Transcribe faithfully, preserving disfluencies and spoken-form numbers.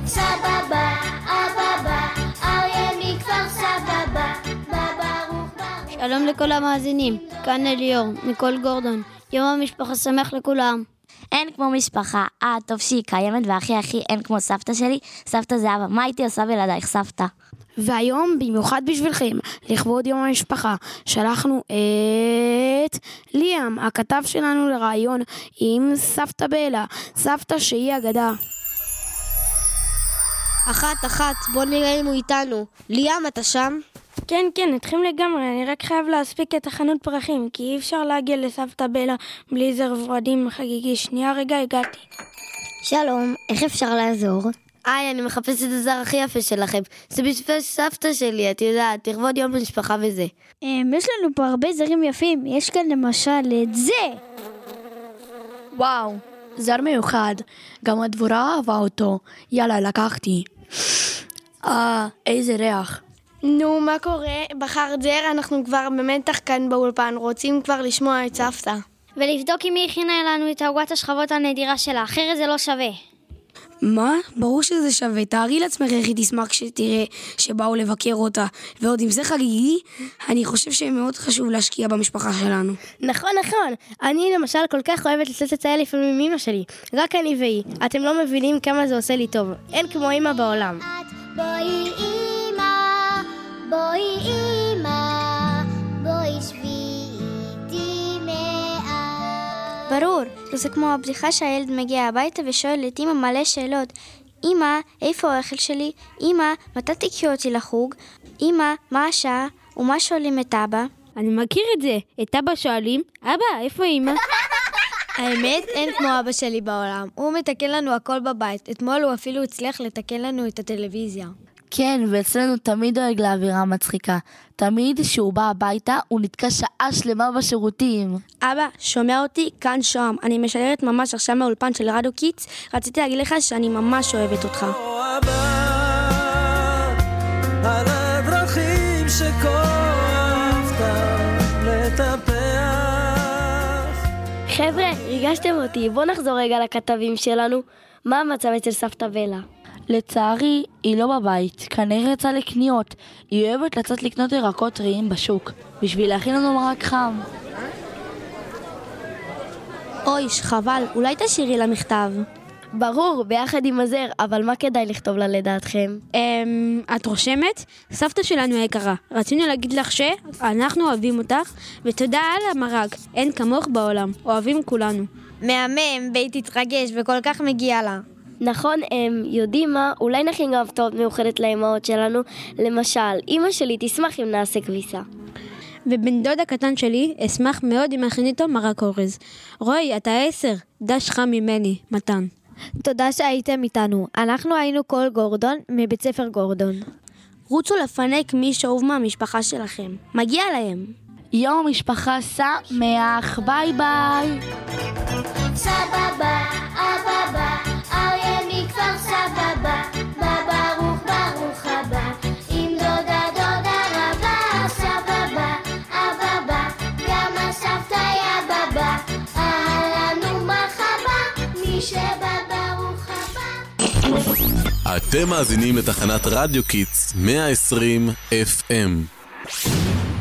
סבבה, אבבה, אריה מכפר סבבה, בברוך ברוך. שלום לכל המאזינים, כאן אליאור, מכל גורדון. יום המשפחה שמח לכולם. אין כמו משפחה, אה, טוב שהיא קיימת, והכי הכי אין כמו סבתא שלי, סבתא זהבה. מה הייתי עושה בלעדייך, סבתא? והיום, במיוחד בשבילכם, לכבוד יום המשפחה, שלחנו את ליאם, הכתב שלנו לרעיון עם סבתא בלה, סבתא שהיא אגדה. אחת, אחת, בוא נראה אם הוא איתנו. ליאם, אתה שם? כן, כן, אתכם לגמרי, אני רק חייב להספיק את החנות פרחים, כי אי אפשר להגיע לסבתא בלה בלי זר ורדים חגיגי. שנייה רגע, הגעתי. שלום, איך אפשר לעזור? היי, אני מחפשת את הזר הכי יפה שלכם. זה בשביל סבתא שלי, את יודעת, תכבוד יום המשפחה וזה. יש לנו פה הרבה זרים יפים, יש כאן למשל את זה. וואו, זר מיוחד, גם הדבורה אהבה אותו. יאללה, לקחתי. אה, איזה ריח. נו, מה קורה? בחרת זר, אנחנו כבר במתח כאן באולפן, רוצים כבר לשמוע את סבתא. ולבדוק אם היא הכינה לנו את עוגת השכבות הנדירה שלה, אחרת זה לא שווה. מה? ברור שזה שווה. תארי לעצמך איך היא תשמח כשתראה שבאו לבקר אותה. ועוד אם זה חגיגי, אני חושב שמאוד חשוב להשקיע במשפחה שלנו. נכון, נכון. אני למשל כל כך אוהבת לצאת לטייל לפעמים עם אמא שלי. רק אני והיא. אתם לא מבינים כמה זה עושה לי טוב. אין כמו אמא בעולם. בואי אמא, בואי אמא, בואי שבי איתי מעט. ברור, זה כמו הבדיחה שהילד מגיע הביתה ושואל את אמא מלא שאלות. אמא, איפה האוכל שלי? אמא, מתי תקחי אותי לחוג? אמא, מה השעה? ומה שואלים את אבא? אני מכיר את זה. את אבא שואלים, אבא, איפה אמא? האמת, אין כמו אבא שלי בעולם. הוא מתקן לנו הכל בבית. אתמול הוא אפילו הצליח לתקן לנו את הטלוויזיה. כן, ואצלנו תמיד דואג לאווירה מצחיקה. תמיד שהוא בא הביתה, הוא נתקע שעה שלמה בשירותים. אבא, שומע אותי? כאן שוהם. אני משדרת ממש עכשיו מהאולפן של רדיו קיטס. רציתי להגיד לך שאני ממש אוהבת אותך. על הדרכים שכואבת לטפח. חבר'ה, ריגשתם אותי. בואו נחזור רגע לכתבים שלנו. מה המצב אצל סבתא בלה? לצערי, היא לא בבית, כנראה יצאה לקניות. היא אוהבת לצאת לקנות ירקות טריים בשוק, בשביל להכין לנו מרק חם. אוי, חבל, אולי תשאירי לה מכתב. ברור, ביחד עם הזר, אבל מה כדאי לכתוב לה לדעתכם? אמ, את רושמת? סבתא שלנו היקרה, רצינו להגיד לך שאנחנו אוהבים אותך, ותודה על המרק, אין כמוך בעולם, אוהבים כולנו. מהמם, בית תתרגש וכל כך מגיע לה. נכון, הם יודעים מה, אולי נכין גם הפתעות מיוחדת לאמהות שלנו. למשל, אמא שלי תשמח אם נעשה כביסה. ובן דוד הקטן שלי אשמח מאוד אם הכין איתו מרק אורז. רוי, אתה עשר, דש חם ממני, מתן. תודה שהייתם איתנו. אנחנו היינו כל גורדון מבית ספר גורדון. רוצו לפנק מי שאהוב מהמשפחה שלכם. מגיע להם. יום המשפחה שמח, ביי ביי. סבבה, אבבה, אריה מכפר סבבה, בברוך ברוך הבא, עם דודה דודה רבה. סבבה, אבבה, גם הסבתא היה בבא, אהלן ומרחבה, מי שבא ברוך הבא. אתם מאזינים לתחנת רדיו קיטס מאה ועשרים אף אם.